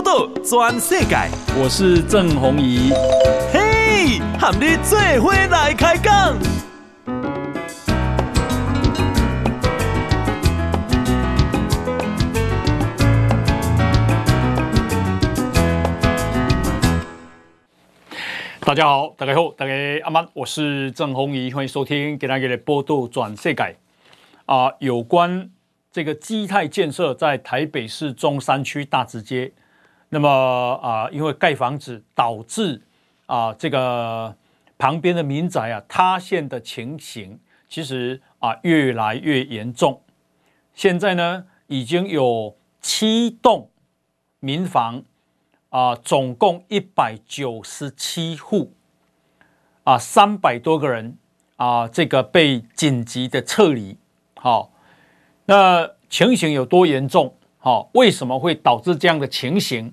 道全世界。 我是郑弘仪。 嘿，和你做伙来开讲。 大家好，大家好，大家阿曼，我是郑弘仪，欢迎收听今天的报道转世界。有关这个基泰建设在台北市中山区大直街，那么因为盖房子导致这个旁边的民宅塌陷的情形，其实越来越严重。现在呢，已经有7栋民房。总共197户，300多个人这个被紧急的撤离。好，那情形有多严重？好，为什么会导致这样的情形？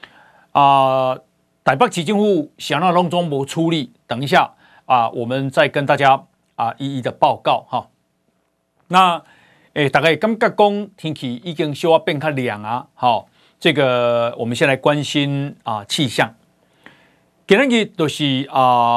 台北市政府想要弄中没处理，等一下我们再跟大家一一的报告哈。那大概感觉讲天气已经稍微变较凉好。这个我们先来关心气象。今日就是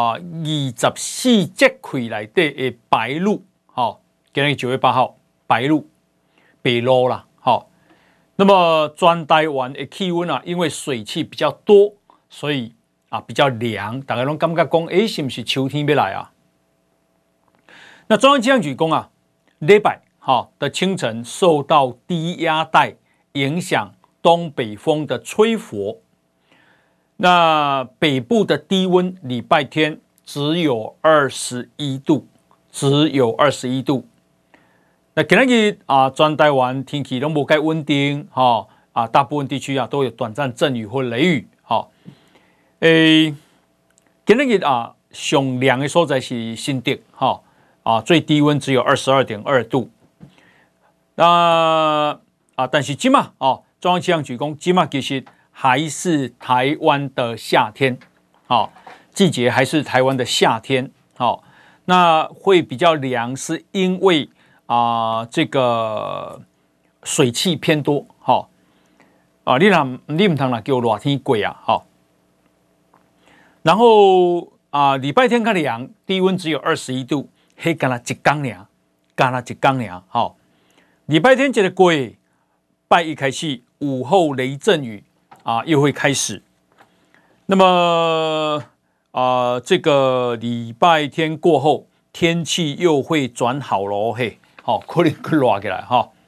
24节气内底的白露，今日9月8号白露啦，那么全台湾的气温因为水汽比较多，所以比较凉，大家都感觉讲，是不是秋天要来啊？那中央气象局讲礼拜的清晨受到低压带影响。东北风的吹拂，那北部的低温礼拜天只有21度，那今日全台湾天气都无介稳定大部分地区都有短暂阵雨或雷雨今日上凉的所在是新竹最低温只有22.2度，那但是今嘛中央气象局讲，今嘛其实还是台湾的夏天，季节还是台湾的夏天，那会比较凉，是因为这个水汽偏多，你唔通啦叫热天过然后礼拜天较凉，低温只有21度，迄干啦一天尔，礼拜天一个过，拜一开始。午后雷阵雨又会开始，那么这个礼拜天过后，天气又会转好咯，可能会热起来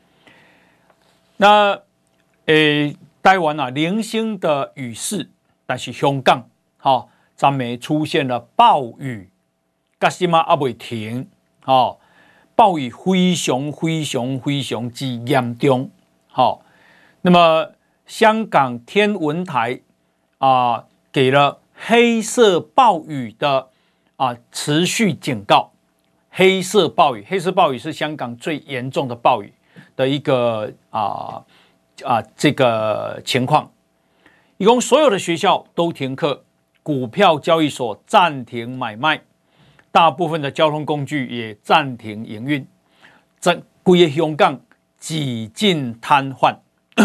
那台湾零星的雨势，但是香港昨暝出现了暴雨，到现在还未停暴雨非常之严重那么，香港天文台给了黑色暴雨的持续警告。黑色暴雨是香港最严重的暴雨的一个这个情况。一共所有的学校都停课，股票交易所暂停买卖，大部分的交通工具也暂停营运，整个香港几近瘫痪。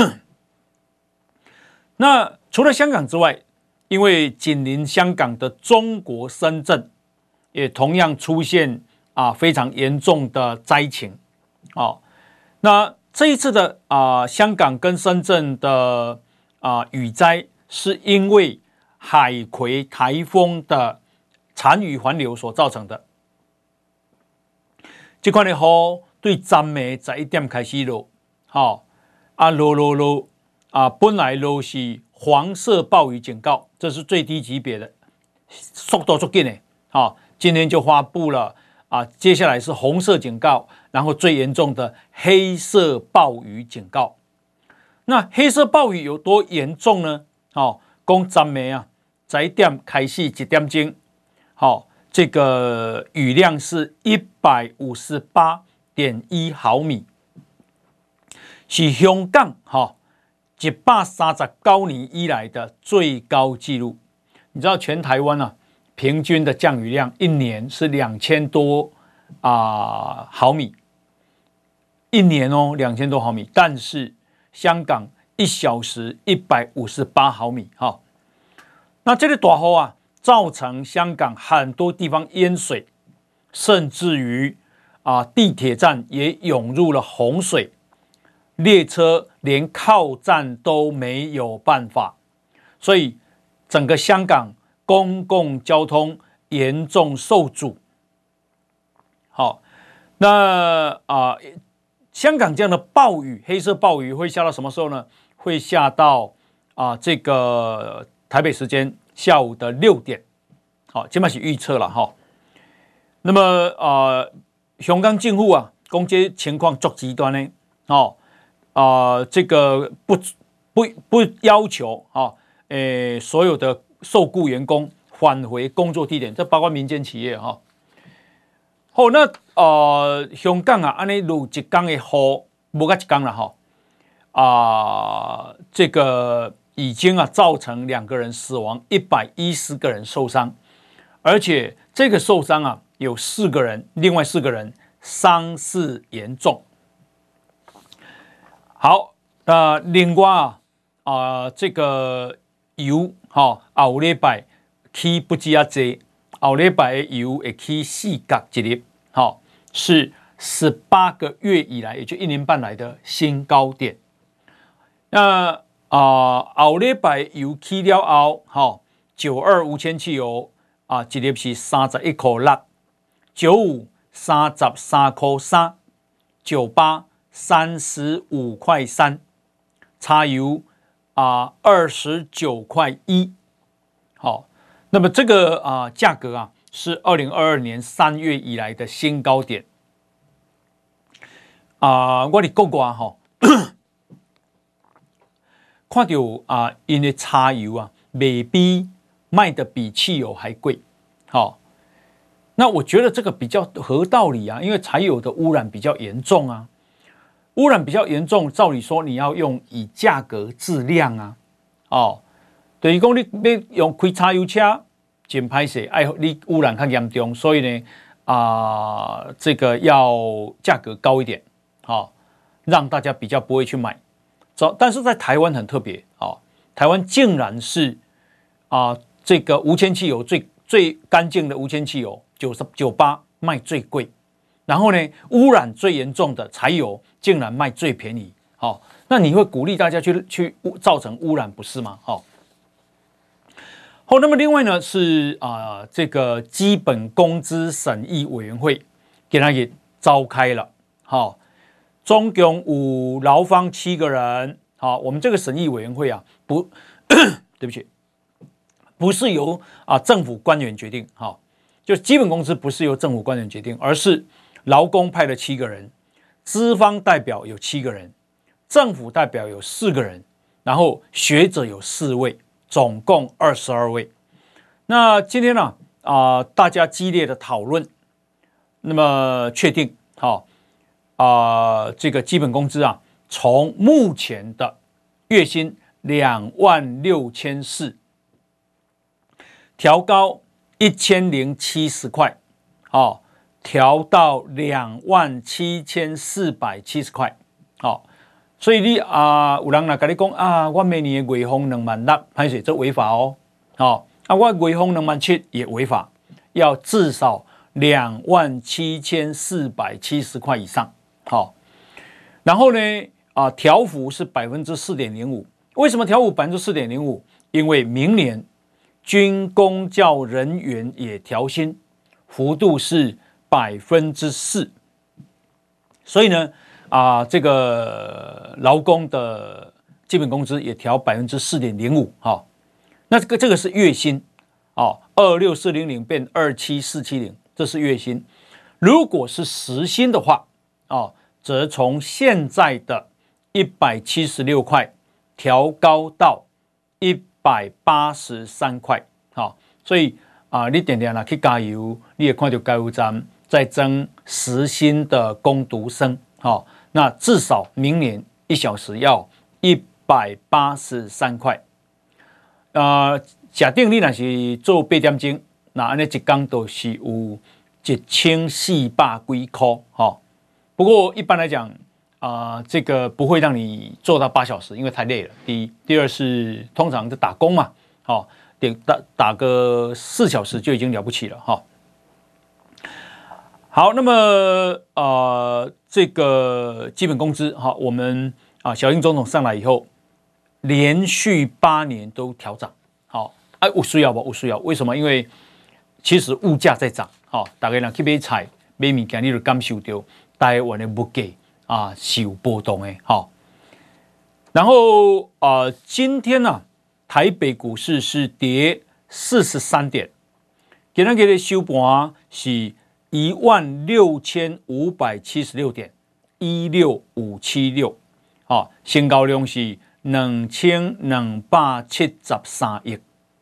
那除了香港之外，因为紧邻香港的中国深圳也同样出现非常严重的灾情那这一次的香港跟深圳的雨灾，是因为海葵台风的残余环流所造成的。这款的雨对昨暝11点开始落落本来都是黄色暴雨警告，这是最低级别的，速度很快的今天就发布了接下来是红色警告，然后最严重的黑色暴雨警告。那黑色暴雨有多严重呢？说昨暝11点开始1点钟这个雨量是158.1毫米，是香港139年以来的最高纪录。你知道全台湾平均的降雨量一年是2000多毫米，一年2000多毫米，但是香港 1小时158毫米。哈，那这个大雨啊，造成香港很多地方淹水，甚至于地铁站也涌入了洪水，列车连靠站都没有办法，所以整个香港公共交通严重受阻。好，那香港这样的暴雨，黑色暴雨会下到什么时候呢？会下到这个台北时间下午的6点。好，这嘛是预测了哈。那么香港政府啊，讲这情况足极端呢，这个不要求所有的受雇员工返回工作地点，这包括民间企业哈。好，那香港啊，安尼如一天的雨，无甲一天了哈，这个已经造成2个人死亡，110个人受伤，而且这个受伤有4个人，另外4个人伤势严重。好，另外这个油后礼拜起不止多。后礼拜的油会起4角1粒，是18个月以来，也就1年半来的新高点。那后礼拜油起了后，92无铅汽油1粒是31块6， 95 33块3， 98 35块3，柴油29块1。好。那么这个价格是2022年3月以来的新高点。我哋国外看到因为柴油卖的比汽油还贵。好，那我觉得这个比较合道理因为柴油的污染比较严重污染比较严重，照理说你要用以价格质量等于说你要用开柴油车，真歹势，你污染较严重，所以呢，这个要价格高一点，让大家比较不会去买。但是在台湾很特别，台湾竟然是这个无铅汽油最干净的无铅汽油98卖最贵，然后呢，污染最严重的柴油竟然卖最便宜。那你会鼓励大家去造成污染，不是吗？好，那么另外呢是这个基本工资审议委员会今天召开了，总共有劳方7个人。我们这个审议委员会对不起，不是由政府官员决定，就基本工资不是由政府官员决定，而是劳工派的7个人，资方代表有7个人，政府代表有4个人，然后学者有4位。总共22位。那今天呢大家激烈的讨论，那么确定这个基本工资从目前的月薪26400调高1070块，调到27470块，所以你有人跟你讲我每年的月俸26000，歹势这违法我月俸27000也违法，要至少27470块以上。然后呢调幅是 4.05%， 为什么调幅 4.05%？ 因为明年军公教人员也调薪，幅度是 4%， 所以呢这个劳工的基本工资也调 4.05%。那这个是月薪26400变27470，这是月薪。如果是时薪的话则从现在的176块调高到183块。所以你点点去加油，你也看到加油站在征时薪的工读生。那至少明年1小时要183块。假定你若是做8点钟，那安尼一天就是有1400几块。不过一般来讲这个不会让你做到8小时，因为太累了。第一，第二是通常就打工嘛，好，打个4小时就已经了不起了哈。好，那么这个基本工资哈，我们小英总统上来以后，连续8年都调涨，好，有需要不？有需要，为什么？因为其实物价在涨，好，大家人去买菜、买物件，你就感受到台湾的物价是有波动的，好。然后今天呢，台北股市是跌43点，今天的收盘是16576点，16576，好，成交量是2273亿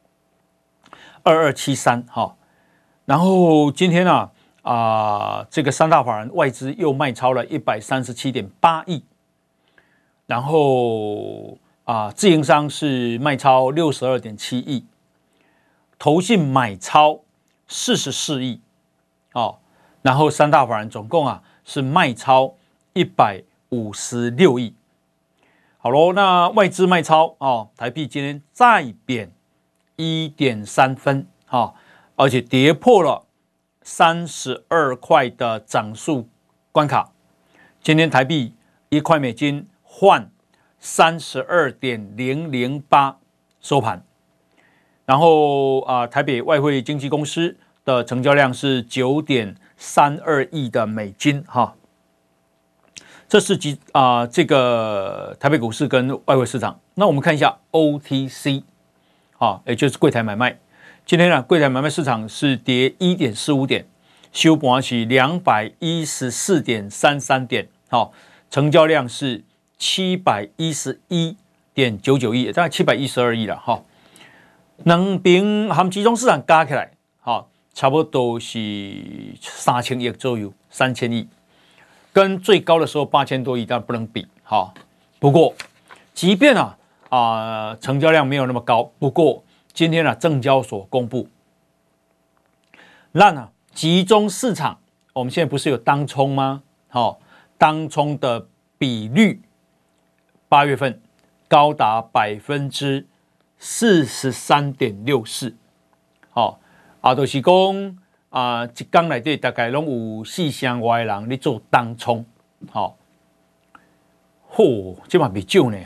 ，2273，好。然后今天这个三大法人外资又卖超了137.8亿，然后自营商是卖超62.7亿，投信买超44亿，然后三大法人总共是卖超156亿。好咯，那外资卖超台币今天再贬1.3分，而且跌破了32块的整数关卡。今天台币1块美金换32.008收盘。然后台北外汇经纪公司的成交量是9.32亿的美金哈。这是这个台北股市跟外汇市场。那我们看一下 OTC， 也就是柜台买卖。今天柜台买卖市场是跌 1.45 点，收盘是214.33点，成交量是711.99亿，大概712亿了哈。两边含集中市场加起来，差不多是3000亿左右，3000亿，跟最高的时候8000多亿当然不能比哈。不过，即便成交量没有那么高，不过今天证交所公布，那集中市场，我们现在不是有当冲吗？当冲的比率8月份高达43.64%，就是讲一天内底大概拢有4000外的人咧做当冲，这嘛不少呢，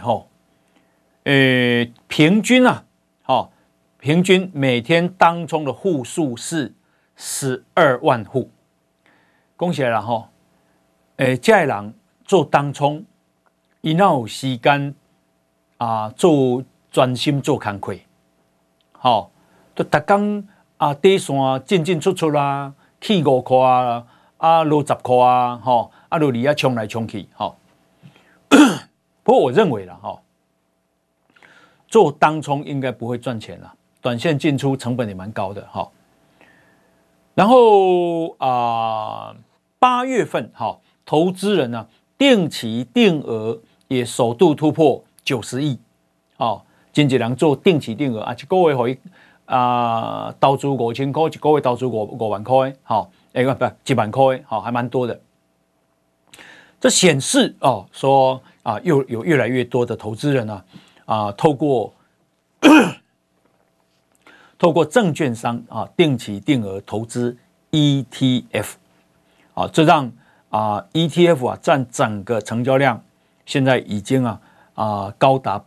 平均每天当冲的户数是12万户，恭喜啦吼！这人做当冲，伊哪有时间做专心做工课？就逐天底线进出出啦，起5块落10块落里冲来冲去，不过我认为啦，做当冲应该不会赚钱啦，短线进出成本也蛮高的，然后8月份投资人定期定额也首度突破90亿，真侪人做定期定额一个月可以投资5000块，一个月投资5万块，不1万块，还蛮多的。这显示说又有越来越多的投资人透过证券商定期定额投资 ETF， 这让ETF 占整个成交量现在已经高达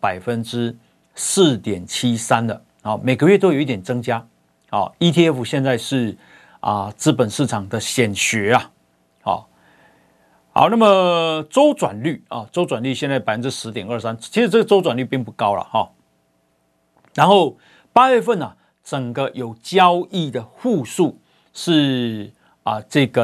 4.73%了，每个月都有一点增加。ETF 现在是资本市场的显学好，那么周转率现在10.23%，其实这个周转率并不高了然后8月份整个有交易的户数是这个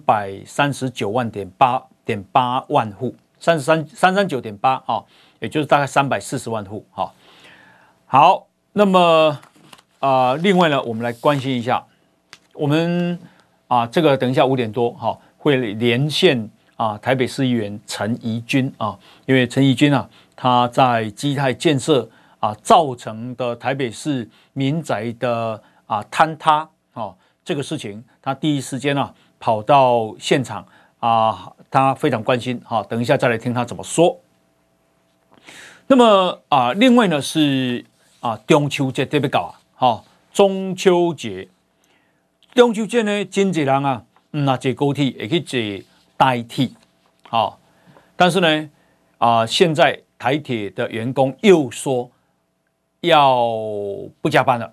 339.8万户，339.8也就是大概340万户好，那么另外呢，我们来关心一下，我们这个等一下5点多会连线台北市议员陈怡君因为陈怡君他在基泰建设造成的台北市民宅的坍塌这个事情，他第一时间跑到现场他非常关心等一下再来听他怎么说。那么另外呢是中秋节特别搞中秋节呢，真侪人那坐高铁也可以坐代替但是呢现在台铁的员工又说要不加班了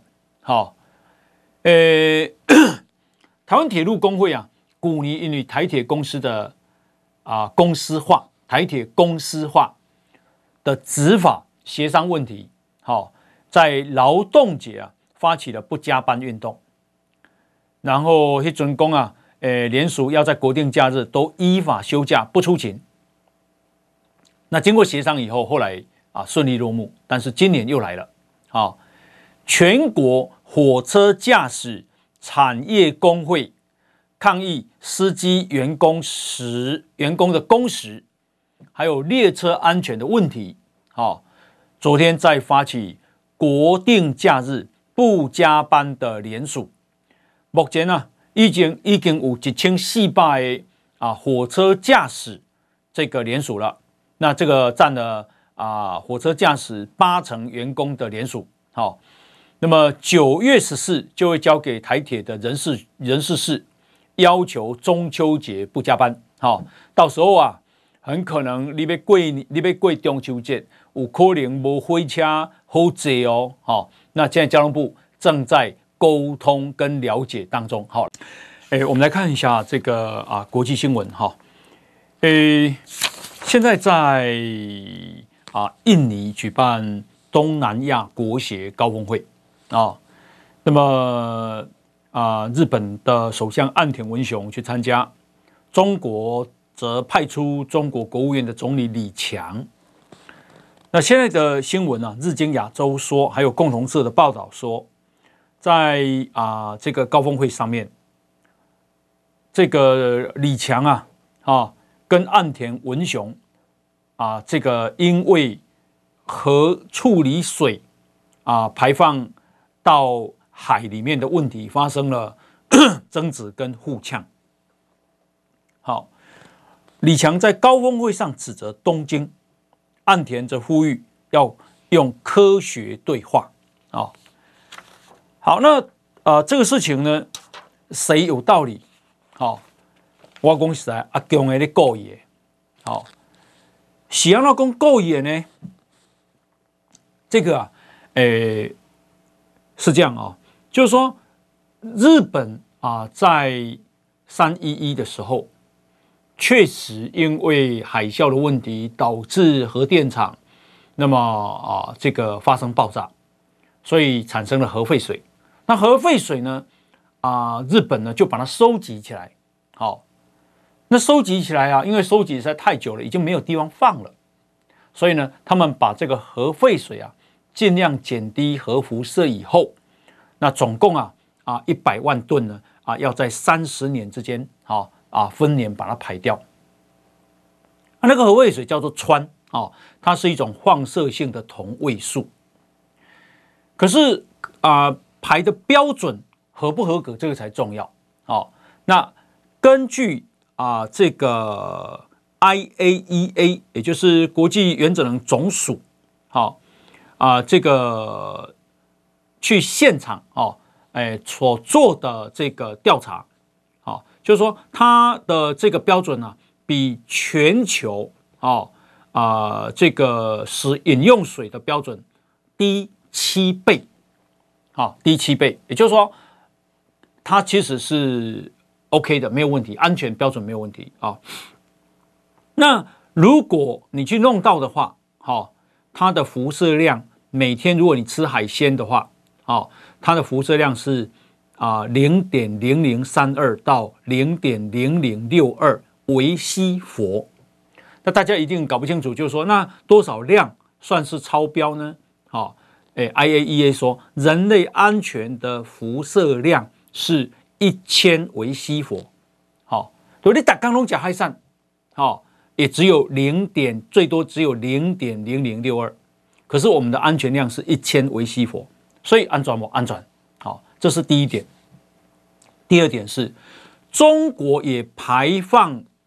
台湾铁路工会去年因为台铁公司的公司化，台铁公司化的执法协商问题，在劳动节发起了不加班运动，然后那阵讲联署要在国定假日都依法休假不出勤。那经过协商以后，后来顺利落幕，但是今年又来了全国火车驾驶产业工会抗议司机员工的工时，还有列车安全的问题昨天再发起国定假日不加班的联署，目前已经有1400个火车驾驶这个联署了，那这个占了火车驾驶80%员工的联署那么9月14就会交给台铁的人事室，要求中秋节不加班到时候很可能你要过中秋节，有可能没火车好坐那现在交通部正在沟通跟了解当中我们来看一下这个国际新闻现在在印尼举办东南亚国协高峰会那么日本的首相岸田文雄去参加，中国则派出中国国务院的总理李强。那现在的新闻日经亚洲说，还有共同社的报道说，在这个高峰会上面，这个李强跟岸田文雄这个因为核处理水排放到海里面的问题发生了争执跟互呛。李强在高峰会上指责东京，岸田则呼吁要用科学对话好，那这个事情呢，谁有道理我讲实在阿强的咧故意的是安怎讲故意的呢？这个是这样就是说日本在311的时候，确实因为海啸的问题导致核电厂那么这个发生爆炸，所以产生了核废水。那核废水呢日本呢就把它收集起来那收集起来因为收集实在太久了，已经没有地方放了，所以呢他们把这个核废水尽量减低核辐射以后，那总共100万吨呢要在30年之间分年把它排掉。那个核废水叫做氚它是一种放射性的同位素。可是排的标准合不合格，这个才重要那根据这个 IAEA 也就是国际原子能总署这个去现场所做的这个调查就是说它的这个标准比全球这个饮用水的标准低7倍低7倍，也就是说它其实是 OK 的，没有问题，安全标准没有问题那如果你去弄到的话它的辐射量每天如果你吃海鲜的话它的辐射量是0.0032 到0.0062微西弗。那大家一定搞不清楚，就是说那多少量算是超标呢IAEA 说人类安全的辐射量是1000微西弗所以你每天都吃海产也只有最多只有0.0062，可是我们的安全量是1000微西弗，所以安全不安全这是第一点。第二点是中国也排放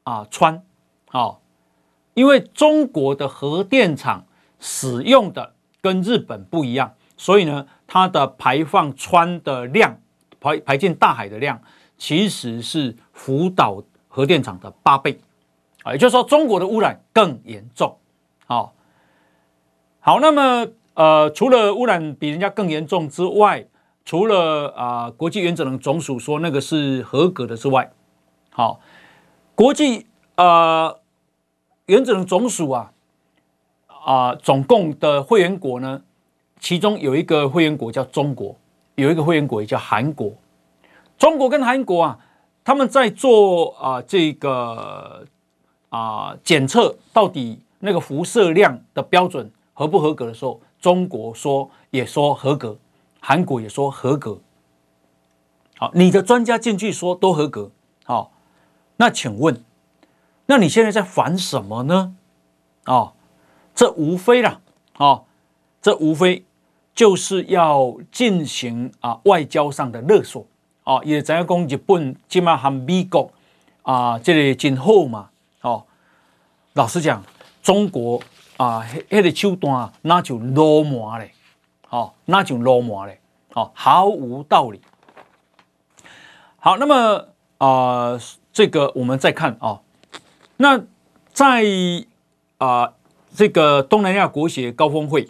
氚，因为中国的核电厂使用的跟日本不一样，所以呢，它的排放氚的量，排进大海的量，其实是福岛核电厂的8倍，也就是说，中国的污染更严重。好，那么除了污染比人家更严重之外，除了国际原子能总署说那个是合格的之外，好，国际原子能总署总共的会员国呢，其中有一个会员国叫中国，有一个会员国也叫韩国。中国跟韩国他们在做这个检测到底那个辐射量的标准合不合格的时候，中国也说合格，韩国也说合格。好，你的专家进去说都合格。好，那请问，那你现在在烦什么呢？这无非这无非就是要进行外交上的勒索。也知影讲日本现在和美国这个真好嘛。老实讲，中国那个手段那就罗麻嘞，那就罗麻嘞，毫无道理。好，那么这个我们再看那在这个东南亚国协高峰会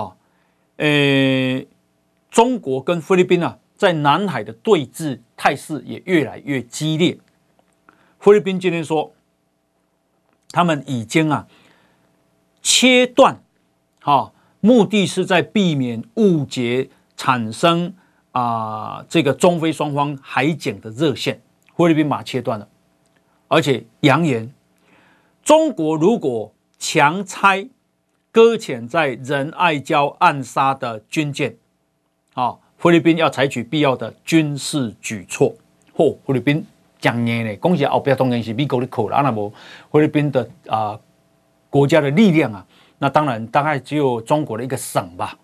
中国跟菲律宾在南海的对峙态势也越来越激烈。菲律宾今天说，他们已经切断，目的是在避免误解产生这个中菲双方海警的热线，菲律宾把它切断了，而且扬言，中国如果强拆搁浅在仁爱礁暗杀的军舰，菲律宾要采取必要的军事举措。菲律宾讲硬呢，讲是后边当然是美国的口了，那么菲律宾的国家的力量那当然大概只有中国的一个省吧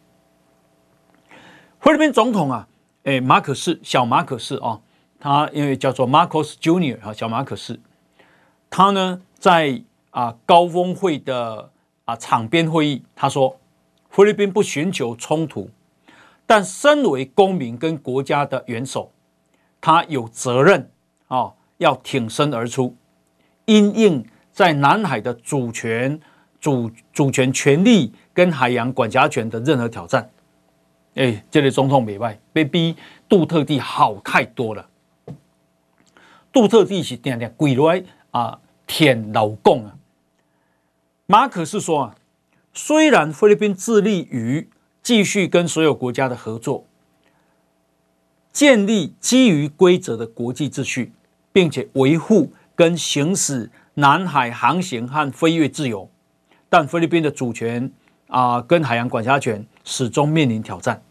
菲律宾总统小马可仕他因为叫做 Marcos Junior 小马可仕，他呢在高峰会的场边会议，他说菲律宾不寻求冲突，但身为公民跟国家的元首，他有责任要挺身而出，因应在南海的主权权利跟海洋管辖权的任何挑战。这个总统不错，比杜特地好太多了。杜特地是常常跪下来舔老公马可仕说虽然菲律宾致力于继续跟所有国家的合作，建立基于规则的国际秩序，并且维护跟行使南海航行和飞越自由，但菲律宾的主权跟海洋管辖权始终面临挑战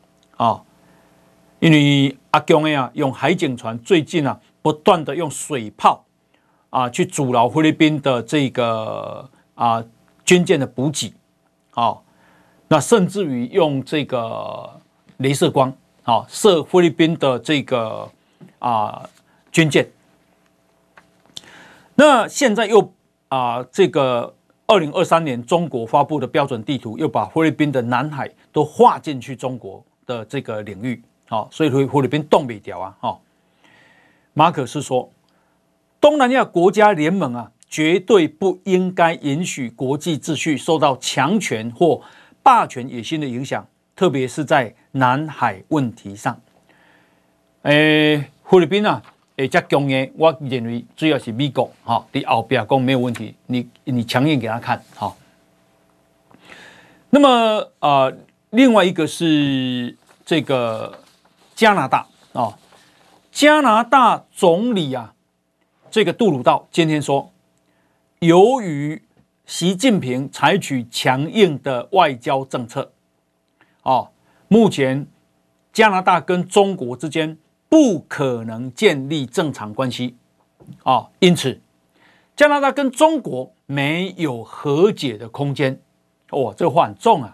因为阿共用海警船最近不断的用水炮去阻挠菲律宾的这个军舰的补给那甚至于用这个雷射光射菲律宾的这个军舰。那现在又这个2023年中国发布的标准地图又把菲律宾的南海都划进去中国的这个领域所以菲律宾动不了马可仕说，东南亚国家联盟绝对不应该允许国际秩序受到强权或霸权野心的影响，特别是在南海问题上。菲律宾这强硬，我认为主要是美国在后边讲没有问题，你强硬给他看那么另外一个是这个加拿大加拿大总理这个杜鲁道今天说，由于习近平采取强硬的外交政策目前加拿大跟中国之间不可能建立正常关系因此加拿大跟中国没有和解的空间这话很重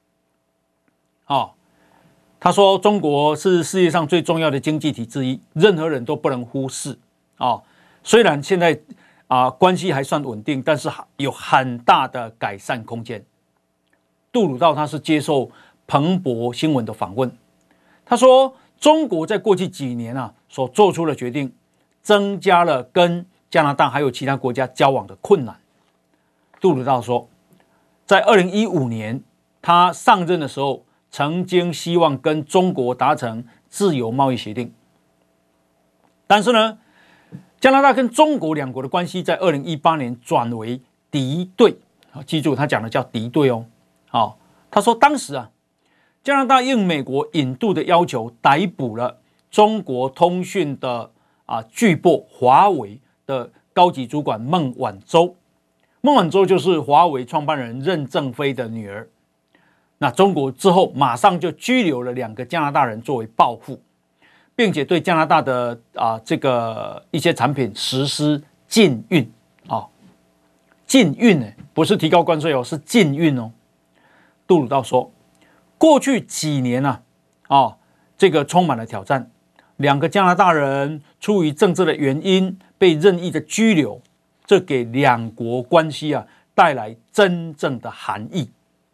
他说中国是世界上最重要的经济体之一，任何人都不能忽视虽然现在关系还算稳定，但是有很大的改善空间。杜鲁道他是接受彭博新闻的访问，他说中国在过去几年所做出的决定，增加了跟加拿大还有其他国家交往的困难。杜鲁道说，在2015年他上任的时候，曾经希望跟中国达成自由贸易协定，但是呢，加拿大跟中国两国的关系在2018年转为敌对。记住，他讲的叫敌对哦。他说当时加拿大应美国引渡的要求，逮捕了中国通讯的巨擘华为的高级主管孟晚舟。孟晚舟就是华为创办人任正非的女儿。那中国之后马上就拘留了2个加拿大人作为报复，并且对加拿大的这个一些产品实施禁运禁运呢，不是提高关税哦，是禁运哦。杜鲁道说，过去几年这个充满了挑战，2个加拿大人出于政治的原因被任意的拘留，这给两国关系带来真正的寒意。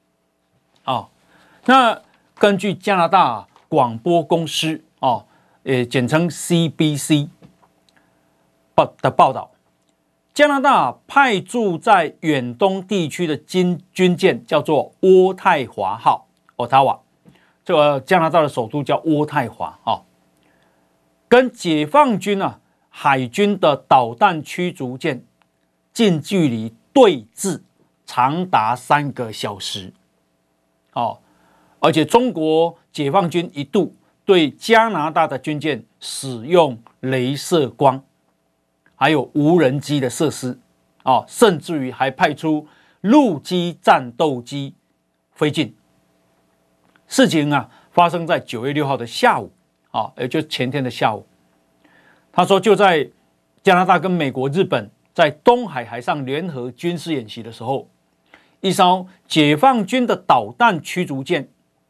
那根据加拿大广播公司简称 CBC 的报道，加拿大派驻在远东地区的军舰叫做渥太华号 Ottawa， 这个加拿大的首都叫渥太华跟解放军海军的导弹驱逐舰近距离对峙长达3个小时而且中国解放军一度对加拿大的军舰使用雷射光还有无人机的设施甚至于还派出陆基战斗机飞进。事情发生在9月6号的下午也就是前天的下午。他说，就在加拿大跟美国、日本在东海海上联合军事演习的时候，一艘解放军的导弹驱逐舰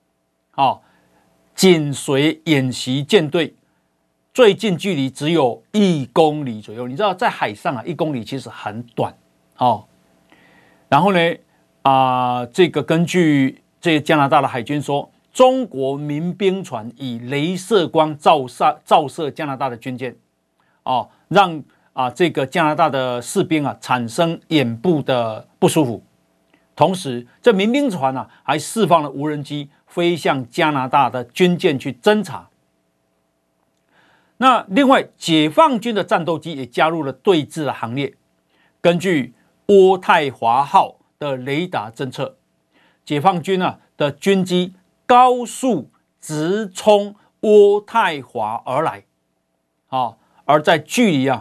紧随演习舰队，最近距离只有1公里左右。你知道在海上1公里其实很短然后呢这个根据这些加拿大的海军说，中国民兵船以雷射光照射加拿大的军舰让这个加拿大的士兵产生眼部的不舒服。同时这民兵船还释放了无人机飞向加拿大的军舰去侦察。那另外解放军的战斗机也加入了对峙的行列。根据渥太华号的雷达侦测，解放军的军机高速直冲渥太华而来而在距离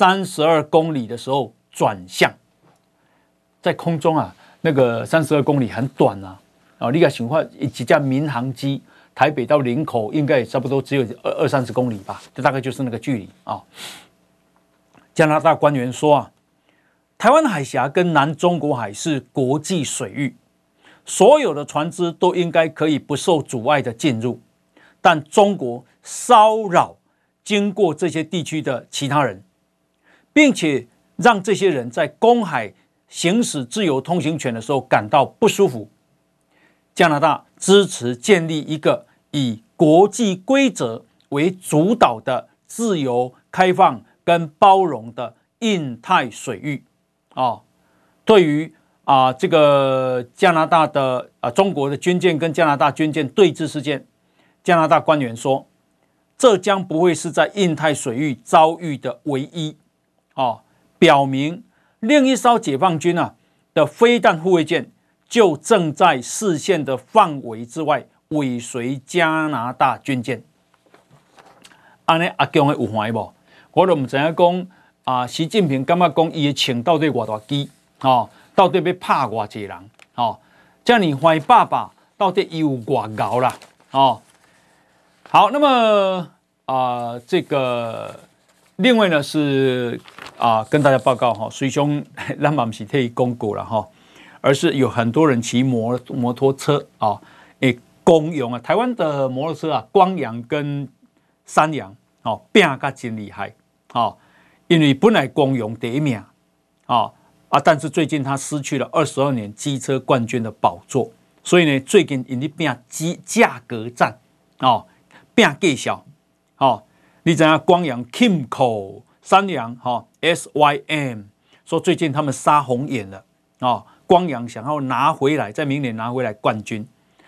32公里的时候转向。在空中那个32公里很短你敢想看一架民航机台北到林口应该也差不多只有20-30公里吧，这大概就是那个距离加拿大官员说台湾海峡跟南中国海是国际水域，所有的船只都应该可以不受阻碍的进入，但中国骚扰经过这些地区的其他人，并且让这些人在公海行使自由通行权的时候感到不舒服。加拿大支持建立一个以国际规则为主导的自由、开放跟包容的印太水域对于这个加拿大的中国的军舰跟加拿大军舰对峙事件，加拿大官员说，这将不会是在印太水域遭遇的唯一表明另一艘解放军的飞弹护卫舰就正在视线的范围之外尾随加拿大军舰。这样阿强有怀无？我都不知道讲习近平感觉讲他的枪到底多大支到底要拍多少人这样怀爸爸到底有多高啦好，那么这个另外呢是跟大家报告虽说咱嘛不是替公告了而是有很多人骑摩托车公用台湾的摩托车光阳跟三阳拼甲真厉害因为本来公用第一名但是最近他失去了22年机车冠军的宝座，所以呢，最近因咧拼价格战拼价小你知道光阳 Kimco 三阳SYM 说最近他们杀红眼了光阳想要拿回来，在明年拿回来冠军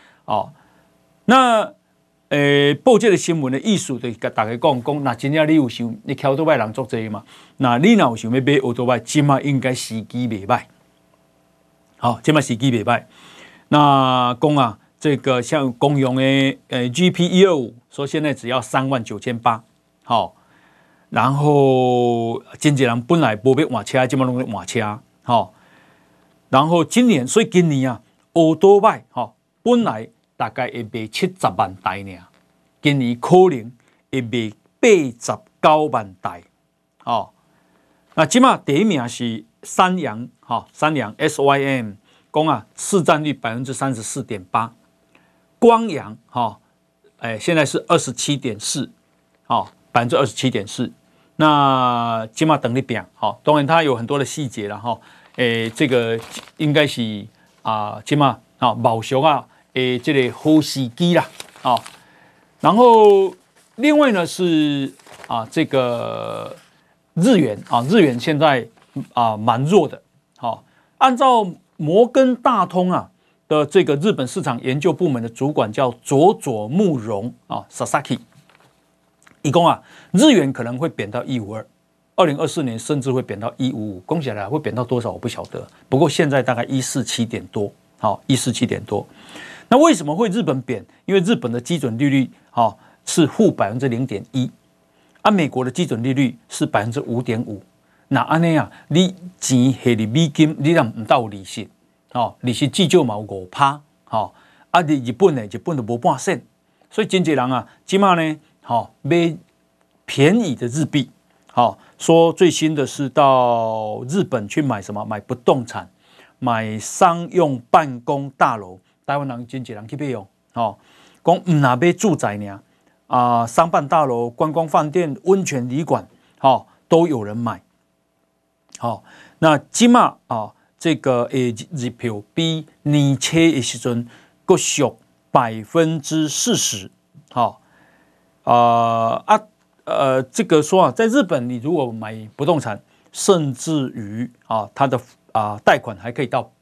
那报这个新闻的意思就跟大家讲，那真正你有想，你骑奥多麦人足多嘛？那你若有想要买奥多麦，今嘛应该时机未歹。好，今嘛时机未歹。那讲这个像公用的GP125，说现在只要39800，好，然后真侪人本来无要换车，今嘛拢在换车，好，然后今年奥多麦本来大概会卖70万台呢，今年可能会卖89万台。那即马第一名是三阳SYM， 讲市占率34.8%，光阳现在是27.4%，27.4%。那即马等你拼当然它有很多的细节了这个应该是即马冒俗这个好时机啦然后另外呢是这个日元现在蛮弱的按照摩根大通的这个日本市场研究部门的主管叫佐木荣Sasaki， 他说日元可能会贬到152，2024年甚至会贬到155，恭喜来会贬到多少我不晓得，不过现在大概147点多147点多。那为什么会日本贬？因为日本的基准利率是负0.1%，美国的基准利率是5.5%。那这样你钱下入美金，你若唔到利息，利息至少嘛有5%，日本就无半仙，所以真侪人今嘛呢，买便宜的日币，说最新的是到日本去买什么？买不动产，买商用办公大楼。台湾人真侪人去买讲唔那买住宅呢商办大楼、观光饭店、温泉旅馆都有人买那今嘛这个日票比年初的时阵阁俗40%这个说在日本你如果买不动产，甚至于它的贷款还可以到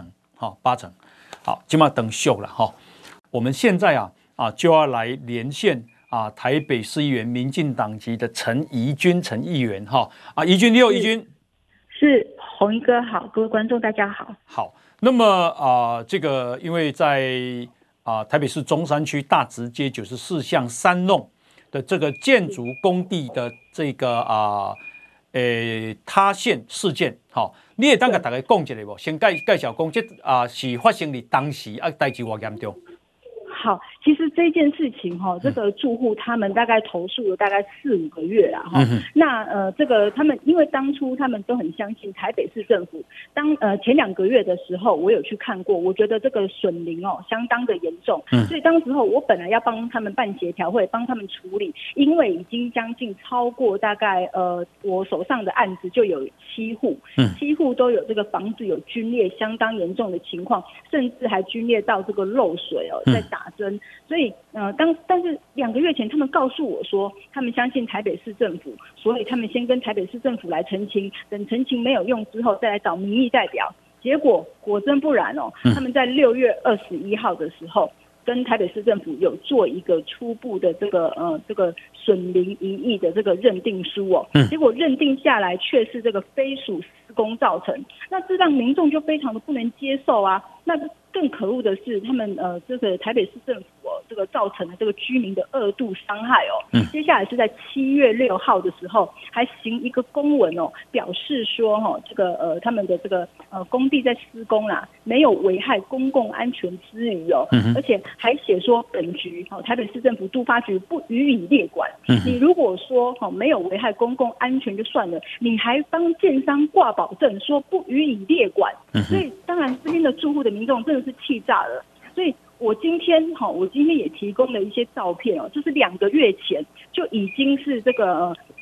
80%，8成。好，今嘛等秀了我们现在就要来连线台北市议员民进党籍的陈怡君陈议员怡君你好，怡君是宏一哥好，各位观众大家好。 好，那么这个因为在台北市中山区大直街94巷3弄的这个建筑工地的这个塌陷事件你也当给大家讲一下不？先介绍讲这是发生在当时代志多严重。 好，其实这件事情这个住户他们大概投诉了大概4-5个月啦那这个他们因为当初他们都很相信台北市政府，前2个月的时候我有去看过，我觉得这个损林相当的严重所以当时候我本来要帮他们办协调会，帮他们处理，因为已经将近超过大概我手上的案子就有7户，7户都有这个房子有龟裂相当严重的情况，甚至还龟裂到这个漏水在打针，所以但是2个月前他们告诉我说，他们相信台北市政府，所以他们先跟台北市政府来澄清，等澄清没有用之后，再来找民意代表。结果果真不然他们在6月21号的时候，跟台北市政府有做一个初步的这个损林1亿的这个认定书结果认定下来却是这个非属施工造成，那这让民众就非常的不能接受那更可恶的是，他们这个台北市政府这个造成了这个居民的2度伤害接下来是在7月6号的时候，还行一个公文表示说这个他们的这个工地在施工没有危害公共安全之余而且还写说本局台北市政府都发局不予以列管你如果说没有危害公共安全就算了，你还帮建商挂保证说不予以列管所以当然这边的住户的民众真的是气炸了。所以我今天也提供了一些照片就是2个月前就已经是这个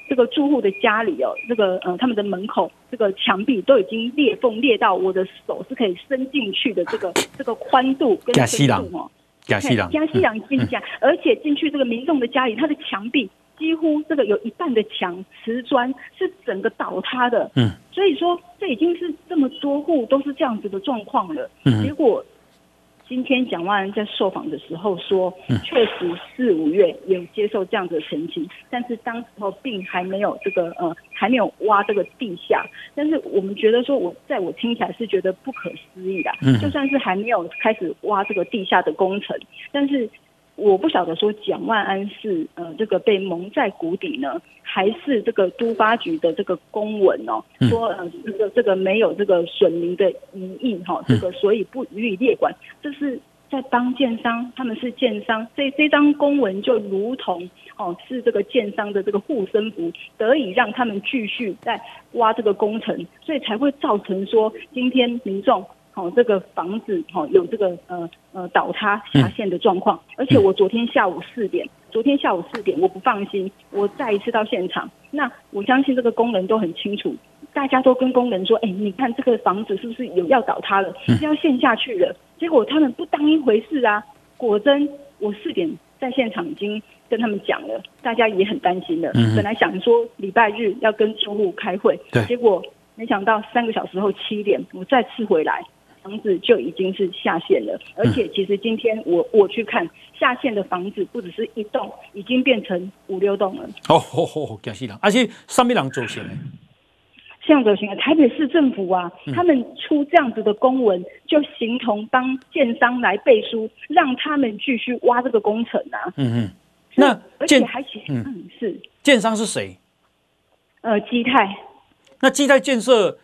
这个住户的家里哦，这个他们的门口这个墙壁都已经裂缝裂到我的手是可以伸进去的这个宽度跟深度哦。 加西郎进家，而且进去这个民众的家里，它的墙壁几乎这个有一半的墙瓷砖是整个倒塌的。所以说这已经是这么多户都是这样子的状况了。结果今天蒋万安在受访的时候说，确实4、5月有接受这样子的澄清，但是当时候并还没有还没有挖这个地下。但是我们觉得说，在我听起来是觉得不可思议的。就算是还没有开始挖这个地下的工程，但是我不晓得说蒋万安是这个被蒙在鼓底呢，还是这个都发局的这个公文哦，说这个没有这个损民的疑义哈，这个所以不予以列管，这是在帮建商，他们是建商，这张公文就如同是这个建商的这个护身符，得以让他们继续在挖这个工程，所以才会造成说今天民众这个房子有这个倒塌下陷的状况，而且我昨天下午4点我不放心，我再一次到现场，那我相信这个工人都很清楚，大家都跟工人说，你看这个房子是不是有要倒塌了，是要陷下去了，结果他们不当一回事啊，果真我4点在现场已经跟他们讲了，大家也很担心了，本来想说礼拜日要跟住户开会，结果没想到3个小时后7点我再次回来，房子就已经是下陷了，而且其实今天我去看下陷的房子不只是1栋，已经变成5、6栋了。 惊死人！而且什么人做成的？ 这样子的台北市政府啊，他们出这样子的公文，就形同帮建商来背书，让他们继续挖这个工程啊。 那而且还是建商是谁？ 基泰。 那基泰建设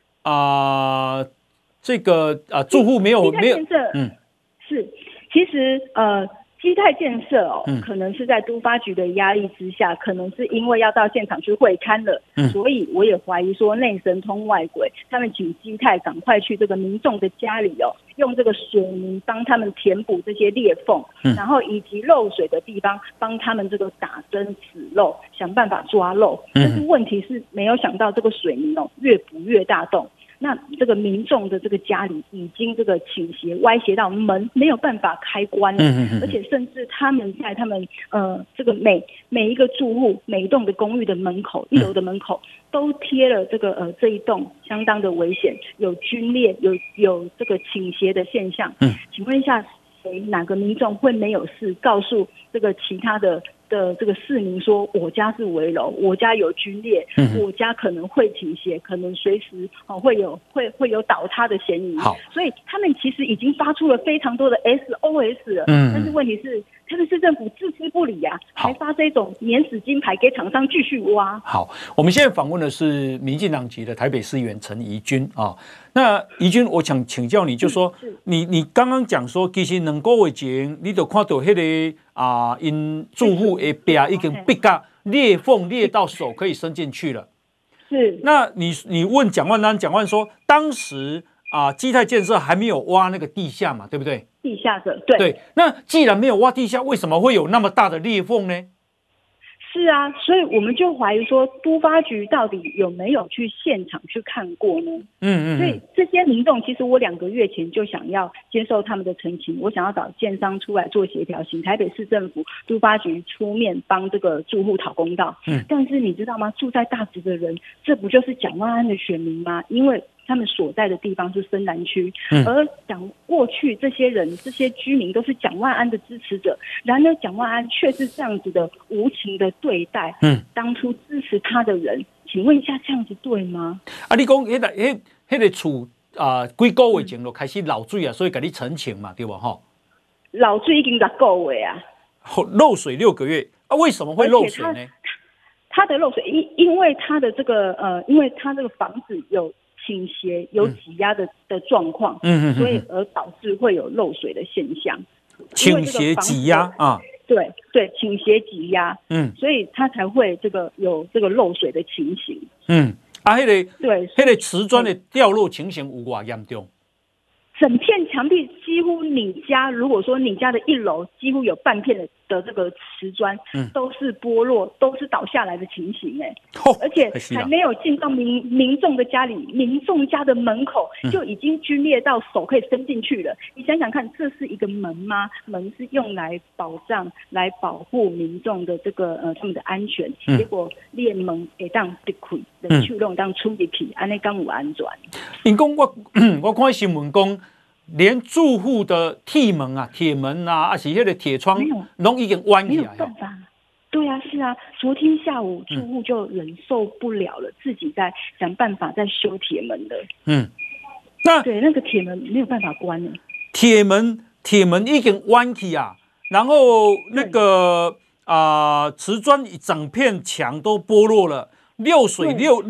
这个住户没有是，其实基泰建设可能是在都发局的压力之下，可能是因为要到现场去会勘了，所以我也怀疑说内神通外鬼，他们请基泰赶快去这个民众的家里用这个水泥帮他们填补这些裂缝，然后以及漏水的地方帮他们这个打针止漏，想办法抓漏。但是问题是没有想到这个水泥越补越大洞。那这个民众的这个家里已经这个倾斜歪斜到门没有办法开关了，而且甚至他们在他们这个每一个住户每一栋的公寓的门口，1楼的门口都贴了这个这一栋相当的危险，有龟裂，有这个倾斜的现象。请问一下，哪个民众会没有事告诉这个其他的这个市民说，我家是危楼，我家有龟裂，我家可能会倾斜，可能随时会有倒塌的嫌疑。所以他们其实已经发出了非常多的 SOS 了，但是问题是台北市政府置之不理啊，还发这种免死金牌给厂商继续挖。 好，我们现在访问的是民进党籍的台北市议员陈怡君啊。那怡君，我想请教你，就说你刚刚讲说，其实2个月前你就看到那个因住户的壁已经壁甲裂缝裂到手可以伸进去了。 是。 那你问蒋万安，蒋万说当时基泰建设还没有挖那个地下嘛，对不对？ 地下的， 对。那既然没有挖地下，为什么会有那么大的裂缝呢？ 是啊，所以我们就怀疑说，都发局到底有没有去现场去看过呢？所以这些民众，其实我2个月前就想要接受他们的澄清，我想要找建商出来做协调，请台北市政府都发局出面帮这个住户讨公道。但是你知道吗？住在大直的人，这不就是蒋万安的选民吗？因为他们所在的地方是深南区，而过去这些人、这些居民都是蒋万安的支持者，然而蒋万安却是这样子的无情的对待当初支持他的人，请问一下，这样子对吗？ 你讲那个厝几个月前就开始漏水啊，所以给你澄清嘛，对吧？ 漏水已经6个月啊， 漏水6个月为什么会漏水呢？ 他的漏水因为他的这个因为他这个房子有倾斜有挤压的状况，所以而导致会有漏水的现象。 倾斜挤压对，倾斜挤压，所以它才会有这个漏水的情形。 那个瓷砖的掉落情形有多严重？整片墙壁几乎你家，如果说你家的1楼几乎有半片的的这个瓷砖都是剥落，都是倒下来的情形而且还没有进到民众的家里，民众家的门口就已经龟裂到手可以伸进去了。你想想看，这是一个门吗？门是用来保障、来保护民众的这个他们的安全，结果裂门会当跌开，人手拢当冲进去，安尼敢有安全？ 因讲我看新闻讲。连住户的铁门啊、铁门啊，还是那个铁窗，拢已经弯起来了。没有办法。 对啊，是啊，昨天下午住户就忍受不了了，自己在想办法在修铁门的。对，那个铁门没有办法关了。 铁门已经弯起啊，然后那个瓷砖一整片墙都剥落了，漏水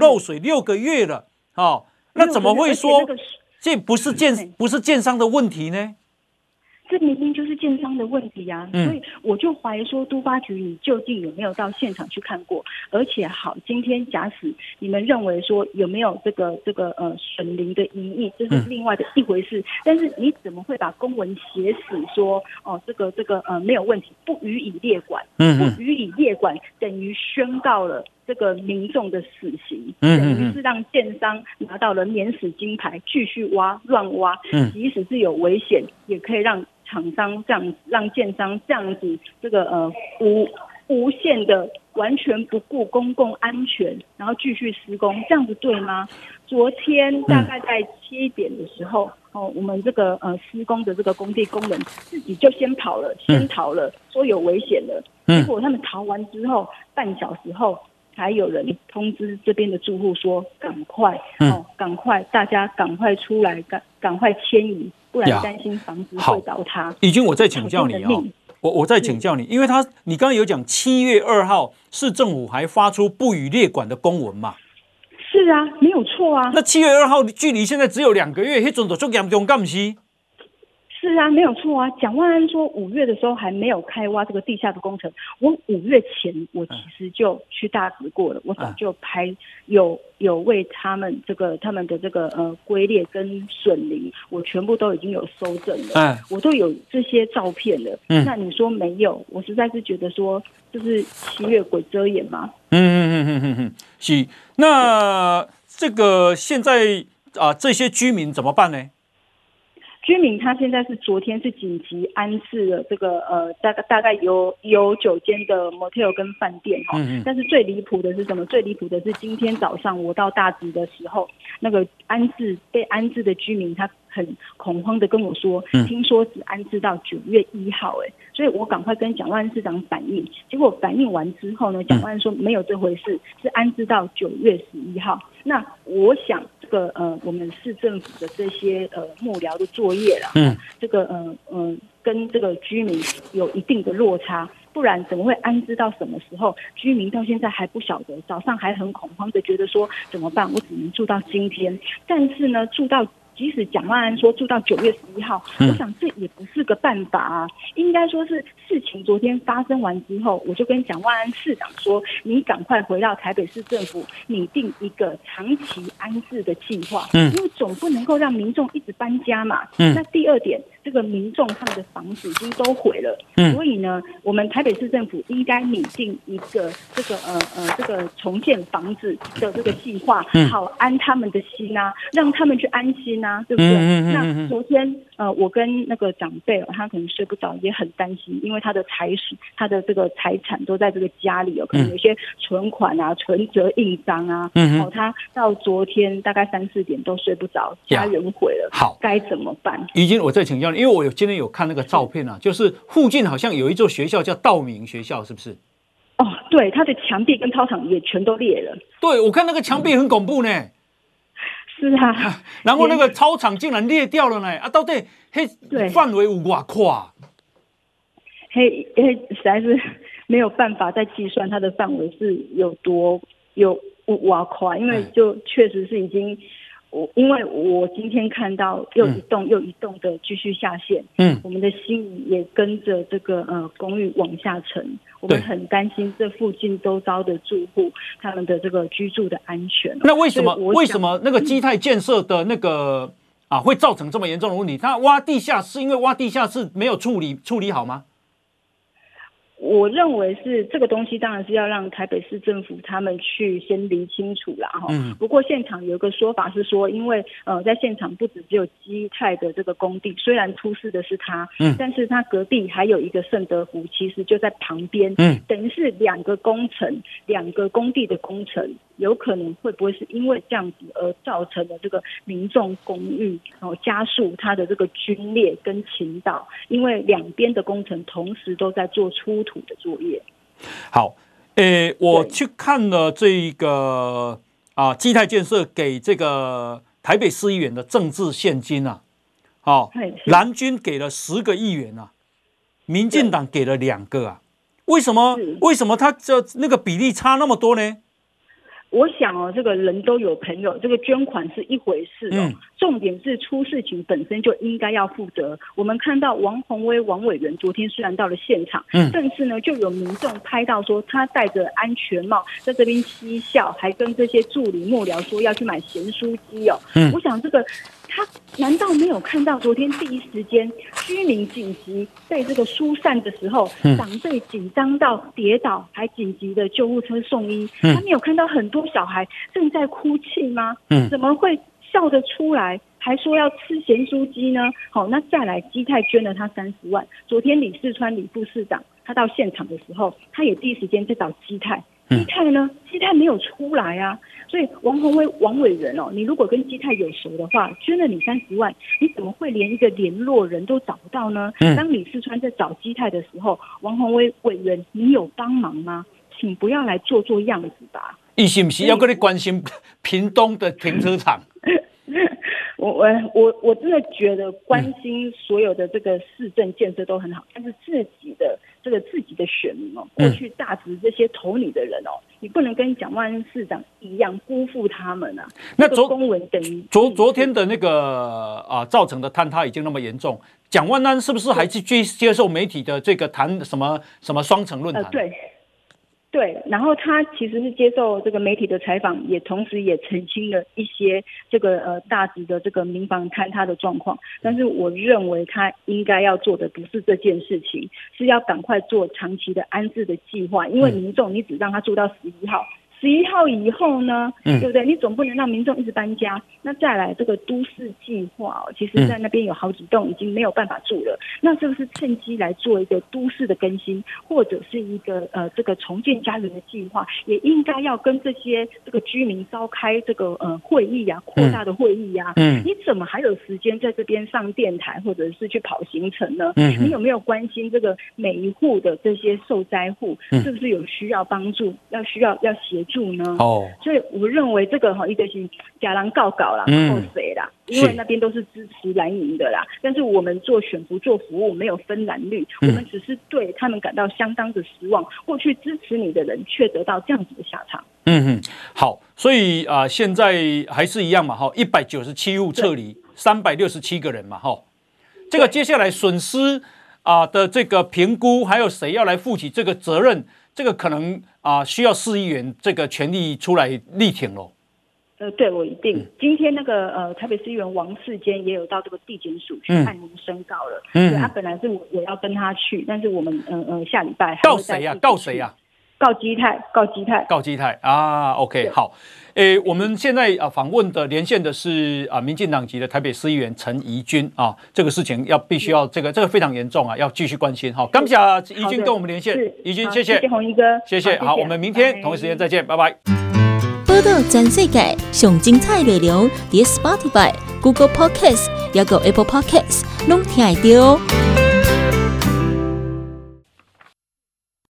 6个月了。那怎么会说？这不是建商的问题呢？ 这明明就是建商的问题啊！所以我就怀疑说，都发局你究竟有没有到现场去看过？而且好，今天假使你们认为说有没有这个损林的疑义，这是另外的一回事。但是你怎么会把公文写死说这个没有问题，不予以列管？不予以列管等于宣告了这个民众的死刑，等于是让建商拿到了免死金牌，继续乱挖，即使是有危险，也可以让厂商这样子，让建商这样子，这个无限的完全不顾公共安全，然后继续施工，这样子对吗？昨天大概在7点的时候，我们这个施工的这个工地工人自己就先跑了，先逃了，说有危险了。结果他们逃完之后，半小时后。还有人通知这边的住户说：“赶快，大家赶快出来，赶快迁移，不然担心房子会倒塌。” 已经，我再请教你我再请教你，因为你刚刚有讲7月2号市政府还发出不予列管的公文嘛？ 是啊，没有错啊。 那7月2号距离现在只有2个月，那阵就足严重，敢不是？ 是啊，没有错啊。蒋万安说5月的时候还没有开挖这个地下的工程，我5月前我其实就去大直过了，我早就拍有为他们的这个龟裂跟损林，我全部都已经有搜证了，我都有这些照片了。那你说没有？我实在是觉得说，就是7月鬼遮眼嘛。 是。那这个现在这些居民怎么办呢？ 居民他现在是昨天是紧急安置了这个大概有9间的 motel 跟饭店但是最离谱的是什么？最离谱的是今天早上我到大直的时候，那个被安置的居民他很恐慌的跟我说，听说只安置到9月1号所以我赶快跟蒋万安市长反映，结果反映完之后呢，蒋万安说没有这回事，是安置到9月11号。那我想这个我们市政府的这些幕僚的作业啦，这个跟这个居民有一定的落差，不然怎么会安置到什么时候？居民到现在还不晓得，早上还很恐慌的觉得说怎么办？我只能住到今天，但是呢，即使蒋万安说住到9月11号，我想这也不是个办法啊。应该说是事情昨天发生完之后，我就跟蒋万安市长说，你赶快回到台北市政府拟定一个长期安置的计划，因为总不能够让民众一直搬家嘛。那第二点，这个民众他们的房子已经都毁了，所以呢，我们台北市政府应该拟定一个这个重建房子的这个计划，好安他们的心啊，让他们去安心。对不对？那昨天我跟那个长辈他可能睡不着，也很担心，因为他的这个财产都在这个家里可能有些存款啊、存折、印章啊，他到昨天大概3、4点都睡不着，家人毁了，好，该怎么办？ 已经我再请教你，因为我今天有看那个照片啊，就是附近好像有一座学校叫道明学校，是不是？ 对，它的墙壁跟操场也全都裂了。对， 我看那个墙壁很恐怖呢。 是啊， 然后那个操场竟然裂掉了呢！到底范围有多宽？ 实在是没有办法再计算它的范围是有多宽，因为就确实是已经。因为我今天看到又一栋又一栋的继续下线，我们的心也跟着这个公寓往下沉，我们很担心这附近周遭的住户他们的这个居住的安全。 那为什么那个基泰建设的那个会造成这么严重的问题？它挖地下室，因为挖地下室没有处理好吗？ 我认为是这个东西，当然是要让台北市政府他们去先理清楚啦哈。不过现场有一个说法是说，因为在现场不只有基泰的这个工地，虽然出事的是他，但是他隔壁还有一个盛德湖，其实就在旁边，等于是2个工程，2个工地的工程，有可能会不会是因为这样子而造成的这个民众公寓，然后加速它的这个龟裂跟倾倒，因为两边的工程同时都在做出土的作业。 好，我去看了这个基泰建设给这个台北市议员的政治现金啊，蓝军给了10个亿元啊，民进党给了2个啊，为什么他这那个比例差那么多呢？ 我想这个人都有朋友，这个捐款是一回事重点是出事情本身就应该要负责。我们看到王宏威王委员昨天虽然到了现场，但是呢就有民众拍到说他戴着安全帽在这边嬉笑，还跟这些助理幕僚说要去买咸酥鸡我想这个他难道没有看到昨天第一时间居民紧急在这个疏散的时候，长辈紧张到跌倒，还紧急的救护车送医，他没有看到很多小孩正在哭泣吗？怎么会笑得出来，还说要吃咸酥鸡呢？好，那再来基泰捐了他30万，昨天李四川李副市长他到现场的时候，他也第一时间在找基泰。基泰呢？基泰没有出来啊，所以王宏威王委员你如果跟基泰有熟的话，捐了你30万，你怎么会连一个联络人都找不到呢？当李四川在找基泰的时候，王宏威委员你有帮忙吗？请不要来做样子吧。 你是不是要跟你关心屏东的停车场？ 我真的觉得关心所有的这个市政建设都很好，但是自己的选民过去大直这些投你的人你不能跟蒋万安市长一样辜负他们啊。那公文等于昨天的那个造成的坍塌已经那么严重，蒋万安是不是还去接受媒体的这个谈什么双城论坛？ 对，然后他其实是接受这个媒体的采访，也同时也澄清了一些这个大直的这个民房坍塌的状况。但是我认为他应该要做的不是这件事情，是要赶快做长期的安置的计划，因为民众你只让他住到11号。11号以后呢，对不对？你总不能让民众一直搬家。那再来这个都市计划其实在那边有好几栋已经没有办法住了。那是不是趁机来做一个都市的更新，或者是一个这个重建家园的计划？也应该要跟这些这个居民召开这个会议啊，扩大的会议啊。你怎么还有时间在这边上电台，或者是去跑行程呢？你有没有关心这个每一户的这些受灾户是不是有需要帮助，要协助呢？所以我认为这个一个是假人告啦，扣谁啦？因为那边都是支持蓝营的啦。但是我们做选服做服务没有分蓝绿，我们只是对他们感到相当的失望。过去支持你的人却得到这样子的下场。 好，所以现在还是一样嘛，197户撤离，367个人嘛这个接下来损失的这个评估，还有谁要来负起这个责任？这个可能需要市议员这个权力出来力挺咯。 对，我一定。今天那个台北市议员王世坚也有到这个地检署去按铃申告了。对，他本来是我要跟他去，但是我们下礼拜还会再告谁啊？ 告基泰 OK， 好。我们现在访问的连线的是民进党籍的台北市议员陈怡君这个事情必须要这个非常严重要继续关心感谢怡君跟我们连线，怡君谢谢鸿一哥， 谢谢。好，我们明天同一时间再见，拜拜。 报道全世界上精彩内容，在 Spotify、Google Podcast 也有 Apple Podcast 拢听得到。